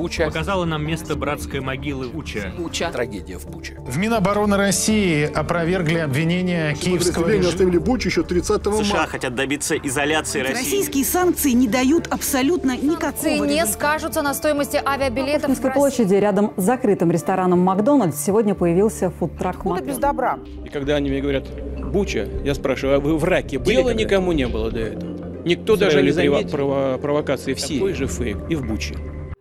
Буча. Показала нам место братской могилы Буча. Буча. Трагедия в Буче. В Минобороны России опровергли обвинения киевского режима. Оставили Бучу еще 30 марта. США хотят добиться изоляции России. Российские санкции не дают абсолютно никакого не скажутся на стоимости авиабилетов. На Пушкинской площади рядом с закрытым рестораном «Макдональдс» сегодня появился фудтрак «Макдональдс». Без добра. И когда они мне говорят «Буча», я спрашиваю, а вы в раке были? Дела никому не было до этого. Никто даже не заметил провокации в Сирии. Такой же фейк и в Буче.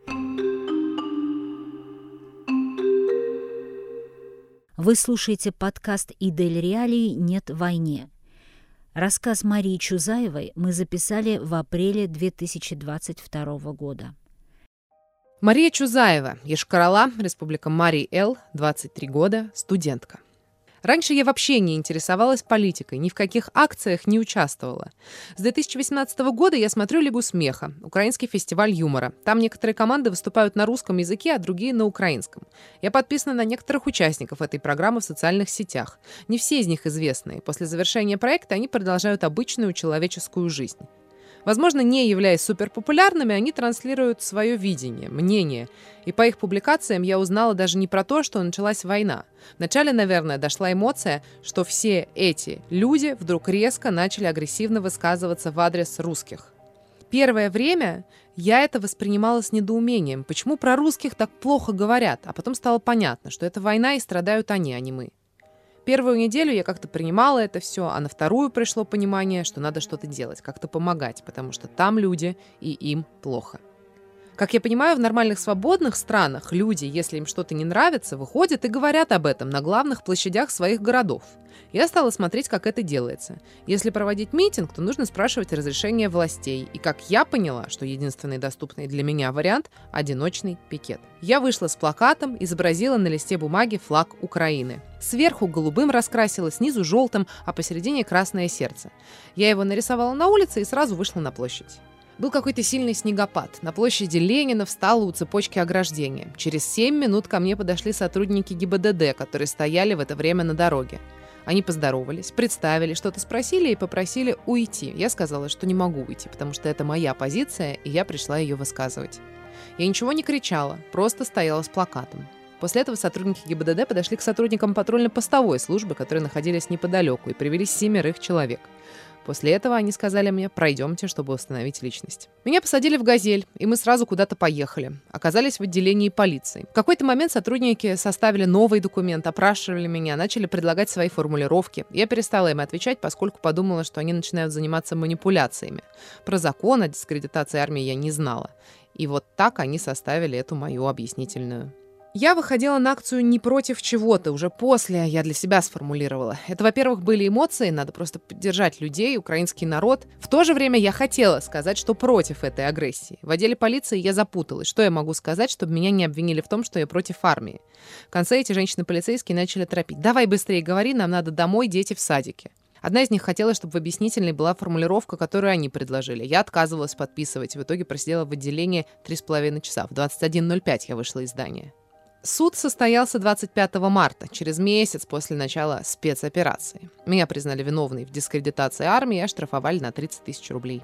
Вы слушаете подкаст «Идель Реалии. Нет войне». Рассказ Марии Чузаевой мы записали в апреле 2022 года. Мария Чузаева, Йошкар-Ола, Республика Марий-Эл, 23 года, студентка. Раньше я вообще не интересовалась политикой, ни в каких акциях не участвовала. С 2018 года я смотрю «Лигу смеха», украинский фестиваль юмора. Там некоторые команды выступают на русском языке, а другие на украинском. Я подписана на некоторых участников этой программы в социальных сетях. Не все из них известные. После завершения проекта они продолжают обычную человеческую жизнь. Возможно, не являясь суперпопулярными, они транслируют свое видение, мнение. И по их публикациям я узнала даже не про то, что началась война. Вначале, наверное, дошла эмоция, что все эти люди вдруг резко начали агрессивно высказываться в адрес русских. Первое время я это воспринимала с недоумением. Почему про русских так плохо говорят? А потом стало понятно, что это война и страдают они, а не мы. Первую неделю я как-то принимала это все, а на вторую пришло понимание, что надо что-то делать, как-то помогать, потому что там люди, и им плохо. Как я понимаю, в нормальных свободных странах люди, если им что-то не нравится, выходят и говорят об этом на главных площадях своих городов. Я стала смотреть, как это делается. Если проводить митинг, то нужно спрашивать разрешение властей. И как я поняла, что единственный доступный для меня вариант – одиночный пикет. Я вышла с плакатом, изобразила на листе бумаги флаг Украины. Сверху голубым раскрасила, снизу желтым, а посередине красное сердце. Я его нарисовала на улице и сразу вышла на площадь. Был какой-то сильный снегопад. На площади Ленина встала у цепочки ограждения. Через 7 минут ко мне подошли сотрудники ГИБДД, которые стояли в это время на дороге. Они поздоровались, представили, что-то спросили и попросили уйти. Я сказала, что не могу уйти, потому что это моя позиция, и я пришла ее высказывать. Я ничего не кричала, просто стояла с плакатом. После этого сотрудники ГИБДД подошли к сотрудникам патрульно-постовой службы, которые находились неподалеку, и привели 7 человек. После этого они сказали мне: пройдемте, чтобы установить личность. Меня посадили в «Газель», и мы сразу куда-то поехали. Оказались в отделении полиции. В какой-то момент сотрудники составили новый документ, опрашивали меня, начали предлагать свои формулировки. Я перестала им отвечать, поскольку подумала, что они начинают заниматься манипуляциями. Про закон о дискредитации армии я не знала. И вот так они составили эту мою объяснительную. Я выходила на акцию не против чего-то, уже после я для себя сформулировала. Это, во-первых, были эмоции, надо просто поддержать людей, украинский народ. В то же время я хотела сказать, что против этой агрессии. В отделе полиции я запуталась. Что я могу сказать, чтобы меня не обвинили в том, что я против армии? В конце эти женщины-полицейские начали торопить. «Давай быстрее говори, нам надо домой, дети в садике». Одна из них хотела, чтобы в объяснительной была формулировка, которую они предложили. Я отказывалась подписывать. В итоге просидела в отделении 3,5 часа. В 21:05 я вышла из здания. Суд состоялся 25 марта, через месяц после начала спецоперации. Меня признали виновной в дискредитации армии и оштрафовали на 30 000 рублей.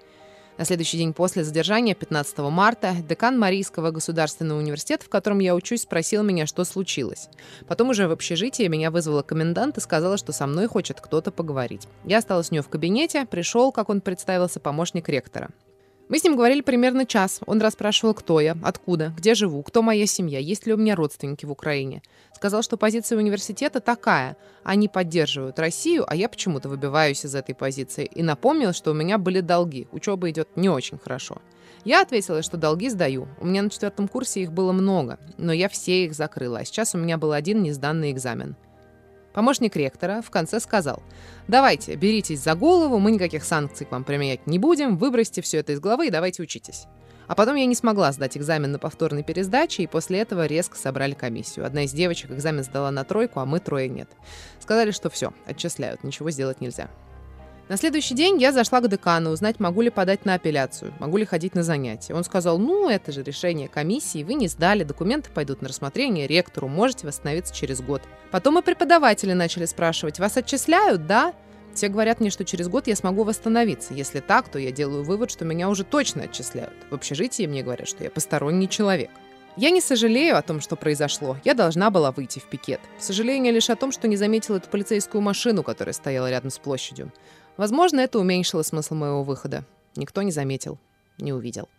На следующий день после задержания, 15 марта, декан Марийского государственного университета, в котором я учусь, спросил меня, что случилось. Потом уже в общежитии меня вызвала комендант и сказала, что со мной хочет кто-то поговорить. Я осталась у нее в кабинете, пришел, как он представился, помощник ректора. Мы с ним говорили примерно час. Он расспрашивал, кто я, откуда, где живу, кто моя семья, есть ли у меня родственники в Украине. Сказал, что позиция университета такая. Они поддерживают Россию, а я почему-то выбиваюсь из этой позиции. И напомнил, что у меня были долги. Учеба идет не очень хорошо. Я ответила, что долги сдаю. У меня на 4 курсе их было много, но я все их закрыла. А сейчас у меня был один несданный экзамен. Помощник ректора в конце сказал: «Давайте, беритесь за голову, мы никаких санкций к вам применять не будем, выбросьте все это из головы и давайте учитесь». А потом я не смогла сдать экзамен на повторной пересдаче, и после этого резко собрали комиссию. Одна из девочек экзамен сдала на 3, а мы 3 нет. Сказали, что все, отчисляют, ничего сделать нельзя. На следующий день я зашла к декану узнать, могу ли подать на апелляцию, могу ли ходить на занятия. Он сказал: это же решение комиссии, вы не сдали, документы пойдут на рассмотрение ректору, можете восстановиться через год. Потом и преподаватели начали спрашивать: вас отчисляют, да? Все говорят мне, что через год я смогу восстановиться. Если так, то я делаю вывод, что меня уже точно отчисляют. В общежитии мне говорят, что я посторонний человек. Я не сожалею о том, что произошло. Я должна была выйти в пикет. Сожаление лишь о том, что не заметила эту полицейскую машину, которая стояла рядом с площадью. Возможно, это уменьшило смысл моего выхода. Никто не заметил, не увидел.